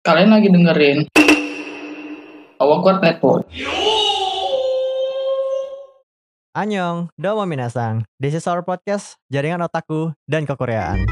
Kalian lagi dengerin Awkward Network. Annyeong, domo minasang. This is our podcast, Jaringan Otaku dan Kekoreaan.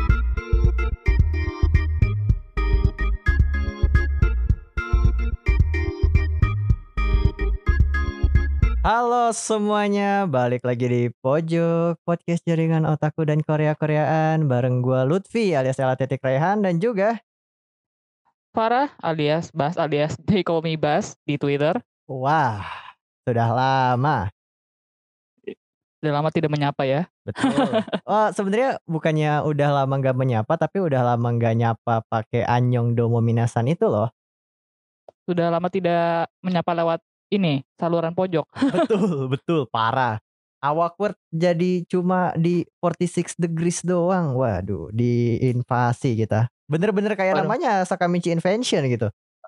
Halo semuanya, balik lagi di Pojok Podcast Jaringan Otaku dan Korea-Koreaan bareng gua Lutfi alias Ella Titik Raihan dan juga Farah alias Bas alias They Call Me Bas di Twitter. wah, sudah lama. Udah lama tidak menyapa ya. Betul. Oh, sebenarnya bukannya udah lama nggak menyapa, tapi udah lama nggak nyapa pakai Annyeong domo minasan itu loh. Sudah lama tidak menyapa lewat ini saluran pojok. Betul, parah. Awkward jadi cuma di 46 degrees doang. Waduh, diinvasi kita. Bener-bener kayak Waduh. namanya Sakamichi Invention gitu.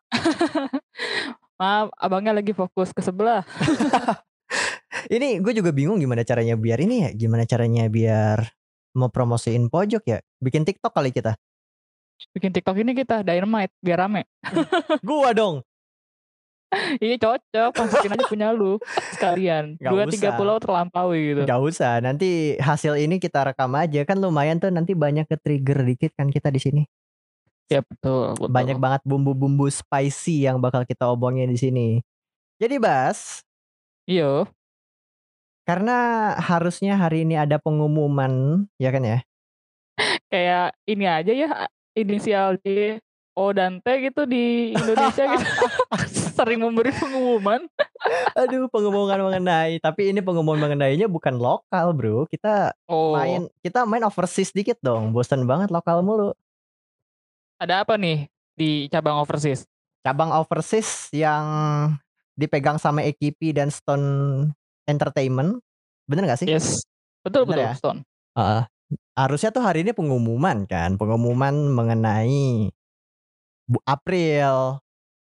Maaf, abangnya lagi fokus ke sebelah. Ini gue juga bingung gimana caranya biar mau promosiin pojok ya. Bikin TikTok kali kita. Bikin TikTok ini kita dynamite biar rame. Gua dong. Iya cocok, masukin aja punya lu sekalian. Nggak 2-3 usah. pulau terlampaui gitu. Gak usah, nanti hasil ini kita rekam aja kan lumayan tuh, nanti banyak ke trigger dikit kan kita di sini. Ya betul. Banyak banget bumbu-bumbu spicy yang bakal kita omongin di sini. Jadi Bas, Iya. karena harusnya hari ini ada pengumuman, ya kan ya? Kayak ini aja ya, inisial J, O dan T gitu di Indonesia gitu. Sering memberi pengumuman. Aduh, pengumuman mengenai, tapi ini pengumuman mengenainya bukan lokal, Bro. Kita Oh, main overseas dikit dong. Bosan banget lokal mulu. ada apa nih di cabang overseas? Cabang overseas yang dipegang sama EKP dan Stone Entertainment. Bener gak sih? Yes, betul Bener ya? Stone. Heeh. Harusnya tuh hari ini pengumuman kan, pengumuman mengenai April.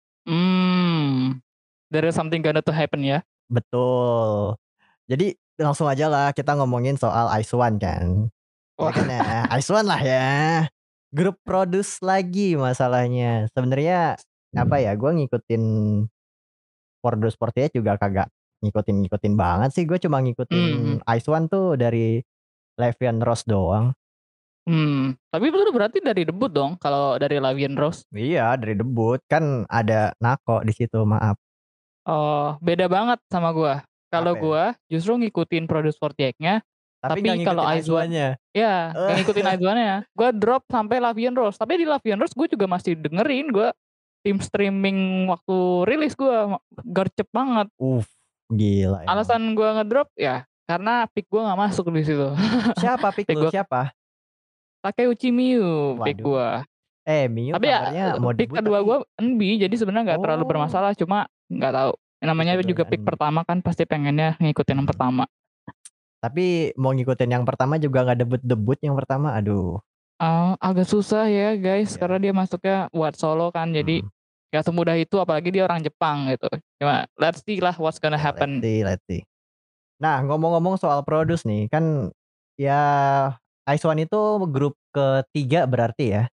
There is something gonna to happen ya. Betul. Jadi langsung aja lah kita ngomongin soal ICE1 kan. Ya Wah, kan ya, ICE1 lah ya. Grup produce lagi masalahnya. Sebenarnya apa ya, gue ngikutin Produce 48 juga kagak ngikutin banget sih. Gue cuma ngikutin ICE1 tuh dari Levian Rose doang. Tapi itu berarti dari debut dong kalau dari Lavian Rose. Iya, dari debut kan ada Nako di situ, maaf. Oh, beda banget sama gua. Kalau Apa ya? gua justru ngikutin Produce 48-nya, Tapi nggak tapi kalau ngikutin IZONE ICE1-nya. ya, nggak ngikutin IZONE-nya. Gua drop sampai Lavian Rose. Tapi di Lavian Rose gua juga masih dengerin, gua tim streaming waktu rilis gua gercep banget. Gila emang. Alasan gua ngedrop ya karena pick gua nggak masuk di situ. Siapa pick Pick lu? gua Siapa? Takeuchi Miyu pick Waduh. gua. Miyu Tapi ya kabarnya mau pick debut kedua tapi gua Envy, jadi sebenarnya nggak terlalu bermasalah, cuma nggak tahu. Namanya pick juga keduanya pick Envy. pertama kan pasti pengennya ngikutin yang pertama. Tapi mau ngikutin yang pertama juga nggak debut yang pertama, aduh. Agak susah ya guys, Ya. karena dia masuknya buat solo kan, jadi gak semudah itu, apalagi dia orang Jepang gitu. Cuma let's see lah what's gonna happen. Let's see. Nah, ngomong-ngomong soal produce nih, kan ya ICE1 itu grup ketiga berarti ya?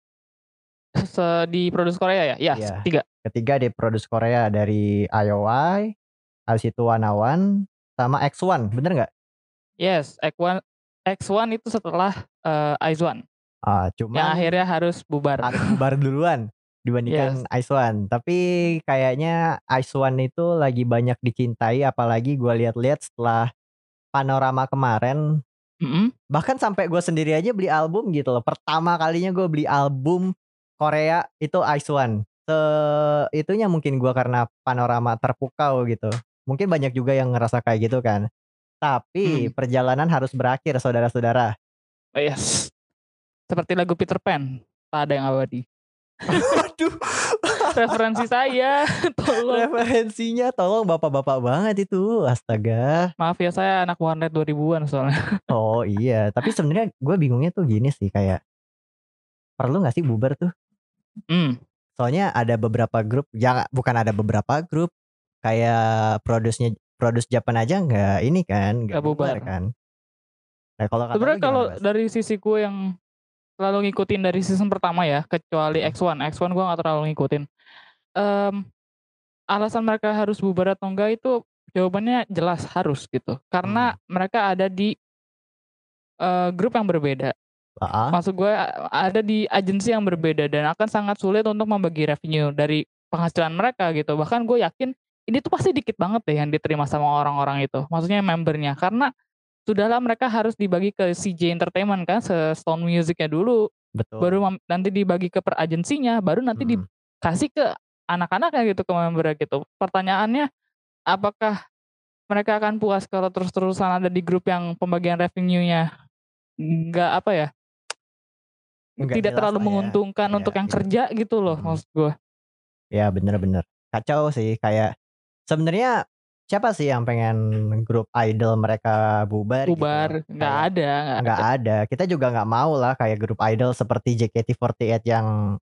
Di produce Korea ya? Ya, Iya. ketiga Di produce Korea dari IOI, habis itu Wanawan, sama X1, bener nggak? Yes, X1 itu setelah IZ*ONE. Yang Cuman akhirnya harus bubar. harus bubar duluan dibandingkan ICE1. Tapi kayaknya ICE1 itu lagi banyak dicintai, apalagi gue lihat-lihat setelah Panorama kemarin. Bahkan sampai gue sendiri aja beli album gitu loh. Pertama kalinya gue beli album Korea itu ICE1. Itunya mungkin gue karena Panorama terpukau gitu. Mungkin banyak juga yang ngerasa kayak gitu kan. Tapi perjalanan harus berakhir, saudara-saudara. Oh yes. Seperti lagu Peter Pan, tak ada yang abadi. Aduh. Referensi saya, tolong. Referensinya tolong bapak-bapak banget itu, astaga. Maaf ya, saya anak warnet 2000-an soalnya. Oh iya, tapi sebenarnya gue bingungnya tuh gini sih, kayak perlu nggak sih bubar tuh? Soalnya ada beberapa grup, bukan ada beberapa grup, kayak Produce Japan aja nggak ini kan, nggak bubar kan. Nah kalau sebenarnya kalau dari sisi gue yang terlalu ngikutin dari season pertama ya, kecuali Mhm. X1. X1 gue nggak terlalu ngikutin. Alasan mereka harus bubar atau enggak itu jawabannya jelas harus gitu. Karena Mmm. mereka ada di, grup yang berbeda. Heeh. Maksud gue ada di agensi yang berbeda dan akan sangat sulit untuk membagi revenue dari penghasilan mereka gitu. Bahkan gue yakin ini tuh pasti dikit banget deh yang diterima sama orang-orang itu, maksudnya membernya. Karena sudahlah mereka harus dibagi ke CJ Entertainment kan, Stone Music-nya dulu, baru Betul. nanti dibagi ke per agensinya, baru nanti Mhm. dikasih ke anak-anaknya gitu, ke membernya gitu. Pertanyaannya, apakah mereka akan puas kalau terus-terusan ada di grup yang pembagian revenue-nya nggak apa ya, Nggak tidak jelas terlalu lah ya, menguntungkan kayak untuk yang gitu. kerja gitu loh Mhm. maksud gue. Ya bener bener. Kacau sih kayak sebenarnya siapa sih yang pengen grup idol mereka bubar Bubar, gitu, nggak kayak ada nggak nggak ada. ada. Kita juga nggak mau lah kayak grup idol seperti JKT48 yang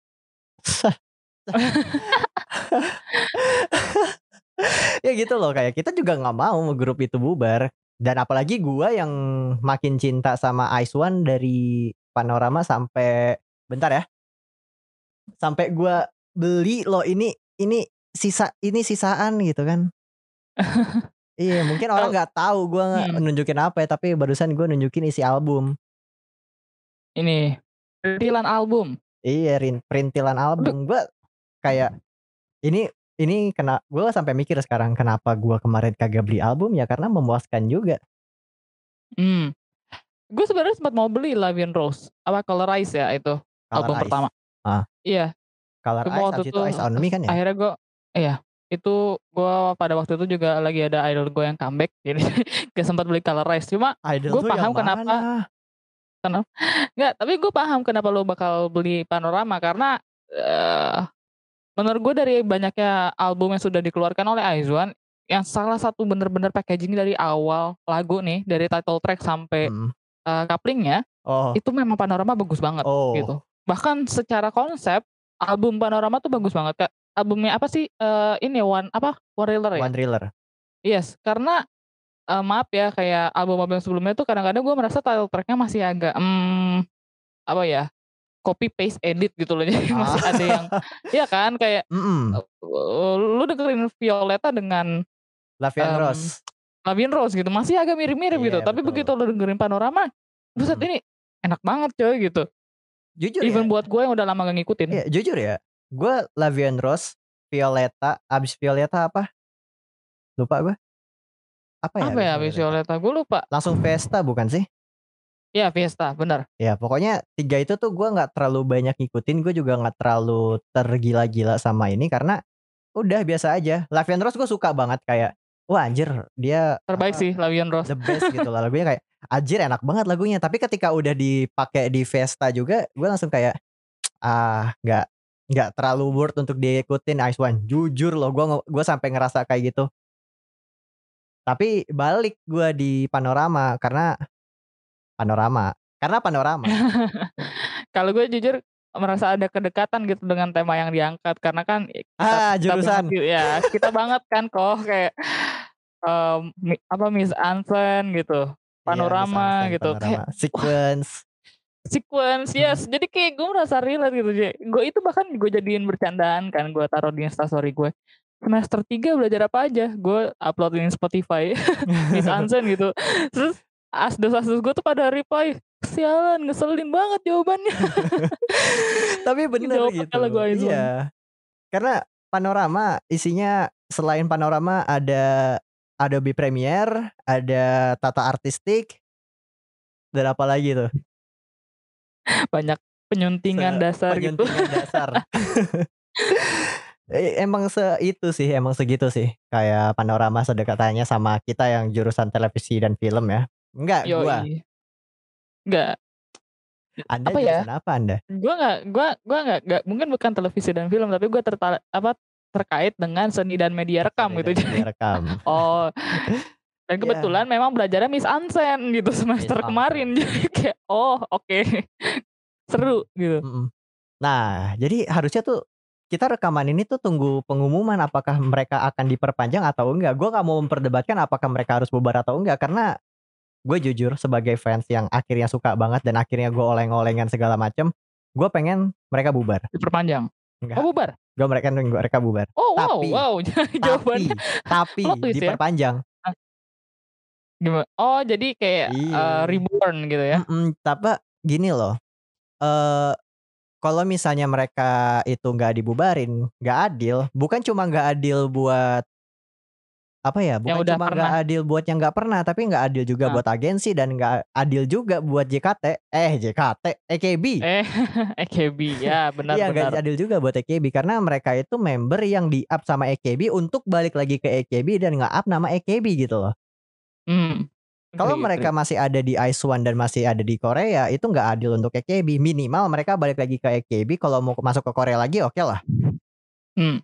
ya gitu loh, kayak kita juga nggak mau grup itu bubar. Dan apalagi gua yang makin cinta sama IZ*ONE dari Panorama sampai bentar ya, sampai gua beli loh ini sisaan gitu kan. Iya, mungkin orang Kalau nggak tahu gua mhm, nunjukin apa ya, tapi barusan gua nunjukin isi album. ini, perintilan album. Iya, perintilan Aduh, album. Gua kayak gua sampai mikir sekarang kenapa gua kemarin kagak beli album, ya karena memuaskan juga. mmm, gue sebenarnya sempat mau beli Love and Rose, apa Colorize ya itu, Color album Eyes. pertama. Ah, Iya, Color cuma Eyes waktu habis itu itu Eyes on Me kan ya? akhirnya gue iya, itu gue pada waktu itu juga lagi ada idol gue yang comeback, jadi gak sempat beli Colorize. Cuma Idol gue tuh yang paham kenapa mana? nggak, tapi gue paham kenapa lo bakal beli Panorama karena, menurut gue dari banyaknya album yang sudah dikeluarkan oleh Aizwan, yang salah satu bener-bener packaging dari awal lagu nih, dari title track sampai, Mhm. couplingnya, Oh itu memang Panorama bagus banget, oh, gitu. Bahkan secara konsep, album Panorama tuh bagus banget, Kak. Albumnya apa sih, ini One Realer ya? One Thriller. Yes, karena, maaf ya, kayak album-album sebelumnya tuh kadang-kadang gue merasa title track-nya masih agak, apa ya, copy paste edit gitu loh. Jadi masih ada yang Ah, iya kan, kayak, mhm, lu dengerin Violeta dengan, Love and mmm, Rose. Labian Rose gitu, masih agak mirip-mirip gitu, Iya tapi begitu betul. lu dengerin Panorama, buset Mhm. ini enak banget coy gitu. Jujur ya, Even buat gue yang udah lama gak ngikutin. iya jujur ya, gua Love and Rose, Violeta, abis Violeta apa, lupa gua, apa ya Apa abis ya habis Violeta? Violeta? Gue lupa. Langsung Vesta bukan sih? Iya Fiesta, bener. Ya pokoknya 3 itu tuh gua nggak terlalu banyak ngikutin, gua juga nggak terlalu tergila-gila sama ini karena udah biasa aja. Love and Rose gua suka banget kayak, wah anjir dia Terbaik apa, sih Labian Rose. the best gitu lah lagunya kayak, anjir enak banget lagunya. Tapi ketika udah dipakai di Vesta juga, gua langsung kayak, ah nggak terlalu worth untuk diikutin Ice One. Jujur loh gua sampai ngerasa kayak gitu. Tapi balik gua di Panorama, karena Panorama. Kalau gue jujur merasa ada kedekatan gitu dengan tema yang diangkat karena kan kita Ah, kita banget jurusan. gitu ya, kita banget kan kok kayak, Miss Ansen gitu, Iya, Miss Panorama Ansen, gitu, kayak Panorama, Sequence. sequence, yes, Mhm. jadi kayak gue merasa relate gitu, gue itu bahkan gue jadiin bercandaan kan, gue taruh di Instastory gue, semester 3 belajar apa aja, gue upload-in Spotify Miss Ansen gitu, terus asdos-asdos gue tuh pada reply, "Sialan ngeselin banget jawabannya." Tapi bener Ngejawab pakai lagu gitu, Aizwan. iya. Karena Panorama isinya selain Panorama ada Adobe Premiere, ada Tata Artistik, dan apa lagi tuh? Banyak penyuntingan dasar gitu. Penyuntingan dasar. Emang itu sih, emang segitu sih, kayak Panorama sedekatannya sama kita yang jurusan televisi dan film ya. Enggak, gua. Yoi. Nggak, Anda apa ya, jurusan apa Anda? gua nggak mungkin bukan televisi dan film, tapi gua terkait dengan seni dan media rekam Seni gitu. dan Jadi media rekam. oh, dan kebetulan Iya, memang belajarnya Miss Ansen gitu Miss semester kemarin. Ansen. Jadi kayak, "Oh oke, seru," gitu. Mhm. Nah, jadi harusnya tuh kita rekaman ini tuh tunggu pengumuman apakah mereka akan diperpanjang atau enggak. Gua nggak mau memperdebatkan apakah mereka harus bubar atau enggak, karena gue jujur sebagai fans yang akhirnya suka banget dan akhirnya gue oleng-olengan segala macem, gue pengen mereka bubar. Diperpanjang? Oh Enggak, bubar? gue mereka bubar. Oh wow Tapi wow, jawabannya tapi plot tapi twist ya? diperpanjang. Ah, oh jadi kayak, Iya, reborn gitu ya? tapi gini loh, eee, kalau misalnya mereka itu nggak dibubarin, nggak adil, bukan cuma nggak adil buat apa ya, Yang bukan udah cuma pernah nggak adil buat yang nggak pernah, tapi nggak adil juga heeh. buat agensi dan nggak adil juga buat JKT, AKB. Eh, AKB, ya benar Iya, nggak benar. adil juga buat AKB karena mereka itu member yang di-up sama AKB untuk balik lagi ke AKB dan nge-up nama AKB gitu loh. Mmm, Kalau agree mereka agree. masih ada di IZ*ONE dan masih ada di Korea, itu nggak adil untuk AKB. Minimal mereka balik lagi ke AKB, kalau mau masuk ke Korea lagi okelah. Mmm,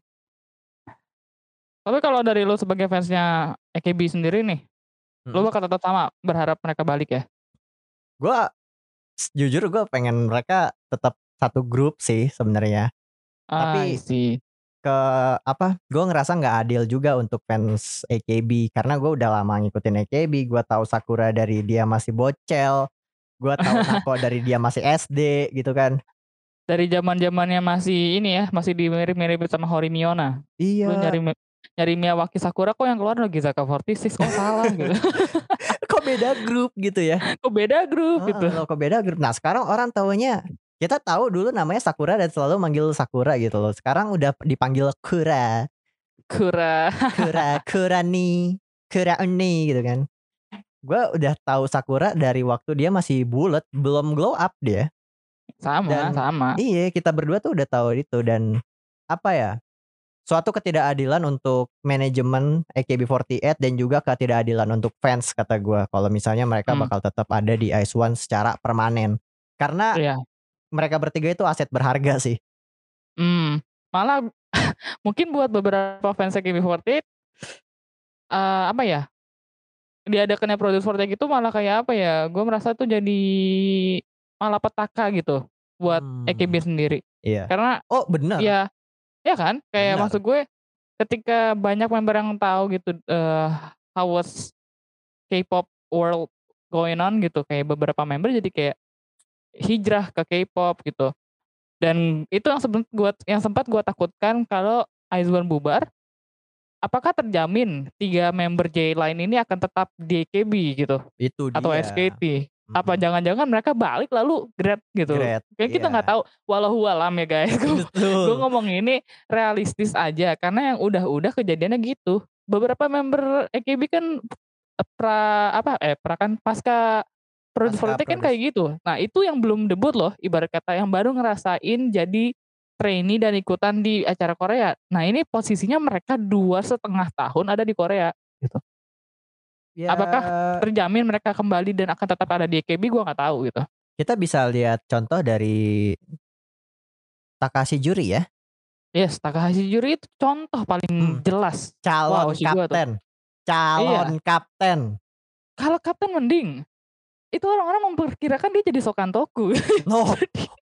tapi kalau dari lu sebagai fansnya AKB sendiri nih, lu Mhm. bakal tetap sama berharap mereka balik ya? Gua jujur gue pengen mereka tetap satu grup sih sebenarnya. I Tapi see. ke apa, gue ngerasa nggak adil juga untuk fans AKB karena gue udah lama ngikutin AKB, gue tahu Sakura dari dia masih bocel, gue tahu Nako dari dia masih SD gitu kan. Dari zaman-zamannya masih ini ya, masih dimirip-miripin sama Horimiona. Lu Iya, nyari Miyawaki Sakura kok yang keluar Nogizaka 46, oh salah gitu. kok beda grup gitu ya. Kok beda grup Heeh, gitu. loh kok beda grup. Nah sekarang orang taunya kita tahu dulu namanya Sakura dan selalu manggil Sakura gitu loh. Sekarang udah dipanggil Kura, Kura Kurani, Kurauni gitu kan. Gua udah tahu Sakura dari waktu dia masih bulet, belum glow up dia. sama Dan sama. iya, kita berdua tuh udah tahu itu dan apa ya, suatu ketidakadilan untuk manajemen AKB48 dan juga ketidakadilan untuk fans kata gua, kalau misalnya mereka Mmm, bakal tetap ada di IZ*ONE secara permanen. Karena iya, mereka bertiga itu aset berharga sih. malah mungkin buat beberapa fans AKB48, apa ya, diadakannya Produce 48 gitu malah kayak apa ya, gue merasa tuh jadi malapetaka gitu buat AKB Mmm, sendiri. iya. Karena Oh bener ya ya kan, kayak bener. maksud gue ketika banyak member yang tahu gitu, how was K-pop world going on gitu, kayak beberapa member jadi kayak hijrah ke K-pop gitu. Dan itu yang sempat gua takutkan kalau IZ*ONE bubar, apakah terjamin 3 member J-Line ini akan tetap di AKB gitu Itu atau dia. SKT? Apa Mhm. jangan-jangan mereka balik lalu Grade gitu? Great, Kan kita nggak iya. tahu, walau alam ya guys. Gue Betul. ngomong ini realistis aja karena yang udah kejadiannya gitu. Beberapa member AKB kan, pra kan pasca Produce Pasca 48 kan kayak Produce. gitu. Nah itu yang belum debut loh, ibarat kata yang baru ngerasain jadi trainee dan ikutan di acara Korea. Nah ini posisinya mereka 2,5 tahun ada di Korea gitu. Apakah Ya, terjamin mereka kembali dan akan tetap ada di AKB, gua nggak tahu gitu. kita bisa lihat contoh dari Takashi Juri ya. Yes, Takahashi Yuri itu contoh paling Mhm. jelas. Wow Calon si gua tuh. kapten calon Iya, kapten. kalau kapten mending. Itu orang-orang memperkirakan dia jadi Sokantoku. Loh,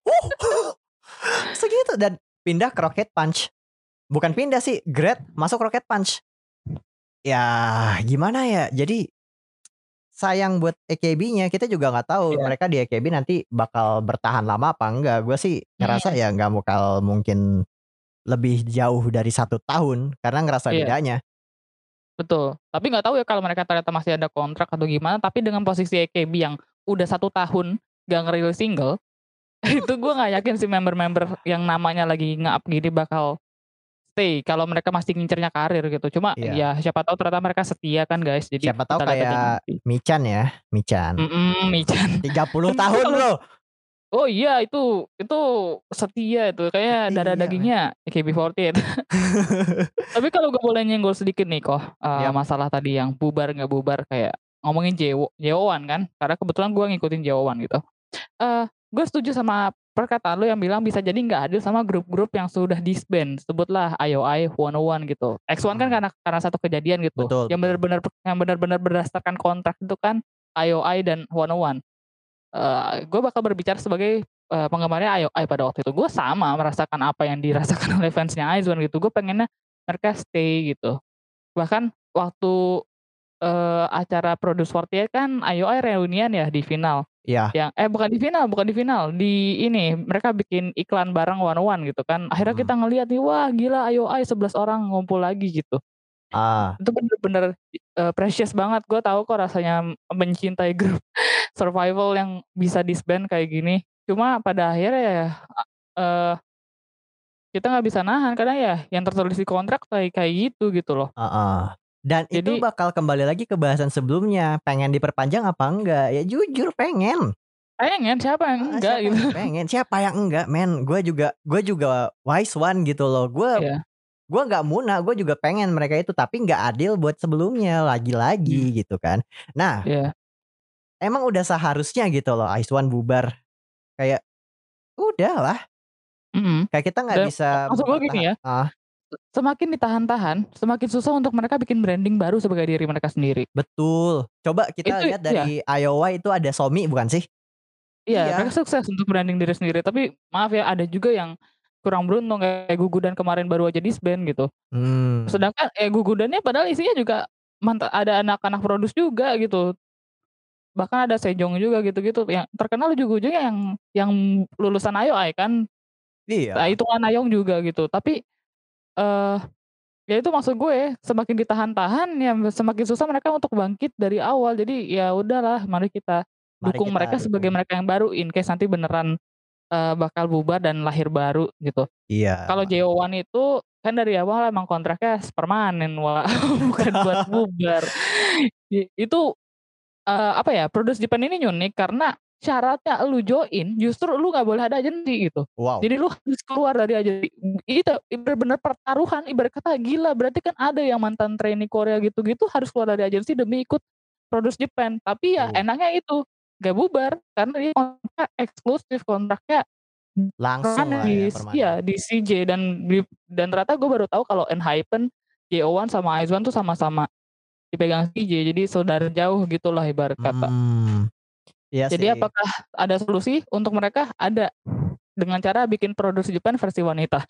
segitu dan pindah ke Rocket Punch. Bukan pindah sih, grade masuk Rocket Punch. Ya gimana ya, jadi sayang buat AKB-nya, kita juga nggak tahu Iya, mereka di AKB nanti bakal bertahan lama apa enggak. Gue sih ngerasa mhm, ya nggak bakal mungkin lebih jauh dari 1 tahun, karena ngerasa iya, bedanya. betul. Tapi nggak tahu ya kalau mereka ternyata masih ada kontrak atau gimana, tapi dengan posisi AKB yang udah 1 tahun nggak ngerilis single, itu gua nggak yakin sih member-member yang namanya lagi nge-up gini bakal stay kalau mereka masih ngincernya karir gitu. Cuma Iya, ya siapa tahu ternyata mereka setia kan guys, jadi siapa tahu kita lihat aja kayak nanti. Michan ya, Michan, Michan. 30 Tapi tahun kalau Bro, oh iya itu setia itu, kayaknya darah setia men. dagingnya AKB48. Tapi kalau gue boleh nyenggol sedikit nih kok, Yap, masalah tadi yang bubar nggak bubar kayak ngomongin JO1 kan, karena kebetulan gue ngikutin JO1 gitu. Gue setuju sama perkataan lu yang bilang bisa jadi nggak adil sama grup-grup yang sudah disband, sebutlah IOI, 101 gitu. X1 kan mhm, karena satu kejadian gitu, betul betul. yang benar-benar berdasarkan kontrak itu kan IOI dan 101. Gue bakal berbicara sebagai, penggemarnya IOI pada waktu itu. Gue sama merasakan apa yang dirasakan oleh fansnya IZ*ONE gitu, gue pengennya mereka stay gitu. Bahkan waktu acara Produce 48 kan IOI reunian ya di final. Iya. Yang bukan di final, di ini mereka bikin iklan bareng One One gitu kan. Akhirnya kita ngelihat nih, wah gila IOI 11 orang ngumpul lagi gitu. Ah. Itu bener-bener precious banget. Gue tahu kok rasanya mencintai grup survival yang bisa disband kayak gini. Cuma pada akhirnya ya kita nggak bisa nahan karena ya yang tertulis di kontrak kayak gitu loh. Heeh. Dan itu Jadi bakal kembali lagi ke bahasan sebelumnya, pengen diperpanjang apa enggak? Ya jujur pengen. pengen, siapa yang enggak Siapa gitu. yang pengen? Siapa yang enggak, men? Gue juga wise one gitu loh. Iya. Gue nggak muna, gue juga pengen mereka itu, tapi nggak adil buat sebelumnya, lagi-lagi gitu kan. Nah, Iya. emang udah seharusnya gitu loh Aiswan bubar. Kayak udahlah, kayak kita nggak Dan bisa maksud gue gini ya, semakin ditahan-tahan, semakin susah untuk mereka bikin branding baru sebagai diri mereka sendiri. betul. Coba kita Itu lihat iya. dari Iowa itu ada Somi bukan sih? Iya, mereka Iya. sukses untuk branding diri sendiri, tapi maaf ya ada juga yang kurang beruntung kayak Gugudan kemarin baru aja disband gitu. Hmm. Sedangkan Gugudannya padahal isinya juga ada anak-anak Produce juga gitu. Bahkan ada Sejong juga gitu-gitu yang terkenal ujung-ujungnya yang lulusan IOI kan. Nah, Iya. itu kan Ayong juga gitu. Tapi eee, ya itu maksud gue semakin ditahan-tahan ya semakin susah mereka untuk bangkit dari awal. Jadi ya udahlah mari kita Mari dukung kita mereka sebagai dukung. mereka yang baru in case nanti beneran bakal bubar dan lahir baru gitu. Iya. Kalau JO1 itu kan dari awal emang kontraknya permanen Wak, bukan buat bubar. Itu, apa ya, Produce Japan ini unik karena syaratnya lu join justru lu nggak boleh ada agensi gitu. Wow. Jadi lu harus keluar dari agensi. Itu bener-bener pertaruhan ibarat kata gila berarti kan ada yang mantan trainee Korea gitu-gitu harus keluar dari agensi demi ikut Produce Japan. Tapi ya Uh, enaknya itu, nggak bubar karena dia kontrak eksklusif, kontraknya Langsung permanen lah ya, permanen. di CJ dan ternyata gue baru tahu kalau ENHYPEN, JO1 sama IZ*ONE tuh sama-sama dipegang CJ, jadi saudara jauh gitulah ibarat kata. Hmm. Iya Jadi sih. apakah ada solusi untuk mereka? Ada, dengan cara bikin Produce Japan versi wanita.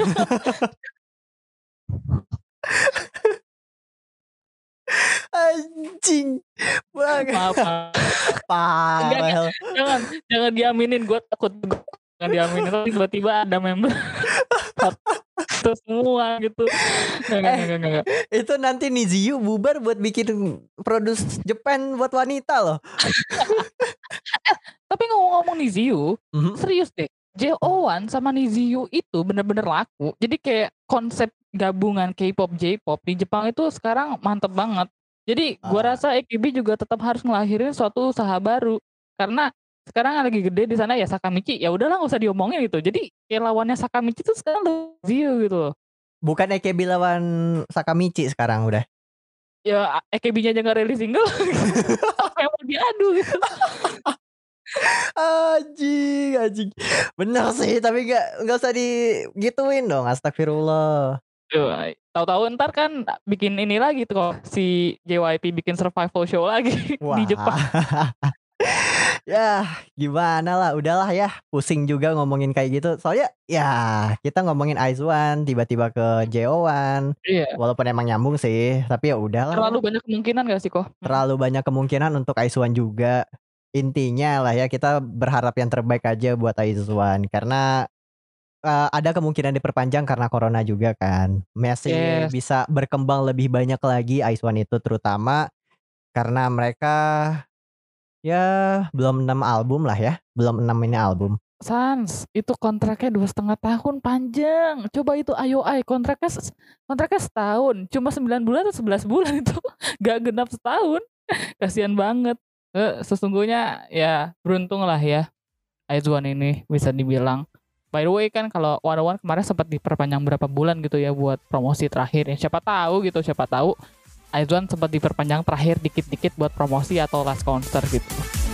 Anjing. Maaf maaf. Enggak, Parel. jangan diaminin, gue takut jangan diaminin, terus tiba-tiba ada member terus semua gitu. Enggak. Itu nanti Niziu bubar buat bikin Produce Japan buat wanita loh. Tapi ngomong-ngomong Niziu, Mhm. serius deh, JO1 sama Niziu itu bener-bener laku. Jadi kayak konsep gabungan K-pop, J-pop di Jepang itu sekarang mantep banget. Jadi gua Ah, rasa AKB juga tetap harus ngelahirin suatu usaha baru. Karena sekarang yang lagi gede di sana ya Sakamichi, ya udahlah nggak usah diomongin gitu. Jadi kayak lawannya Sakamichi itu sekarang Niziu gitu loh. bukan AKB lawan Sakamichi sekarang udah. Ya AKB-nya aja nggak rilis single, apa yang mau diadu gitu. Anjing. Bener sih, tapi nggak usah digituin dong, astagfirullah. Tahu-tahu entar kan bikin ini lagi tuh kok, si JYP bikin survival show lagi di Wah. Jepang. Ya gimana lah, udahlah ya, pusing juga ngomongin kayak gitu. Soalnya ya kita ngomongin IZ*ONE tiba-tiba ke JO1, Iya, walaupun emang nyambung sih, tapi ya udahlah ya. terlalu banyak kemungkinan gak sih kok? Terlalu banyak kemungkinan untuk IZ*ONE juga. Intinya lah ya kita berharap yang terbaik aja buat IZ*ONE karena, ada kemungkinan diperpanjang karena corona juga kan. Masih Yes, bisa berkembang lebih banyak lagi IZ*ONE itu terutama karena mereka ya belum 6 album lah ya, belum 6 ini album. Sans, itu kontraknya 2,5 tahun, panjang. Coba itu IOI kontraknya setahun, cuma 9 bulan atau 11 bulan itu, gak genap setahun. Kasihan banget. Sesungguhnya ya beruntung lah ya IZ*ONE ini bisa dibilang. By the way kan kalau One oh One kemarin sempat diperpanjang berapa bulan gitu ya buat promosi terakhir ya. Siapa tahu IZ*ONE sempat diperpanjang terakhir dikit-dikit buat promosi atau last concert gitu.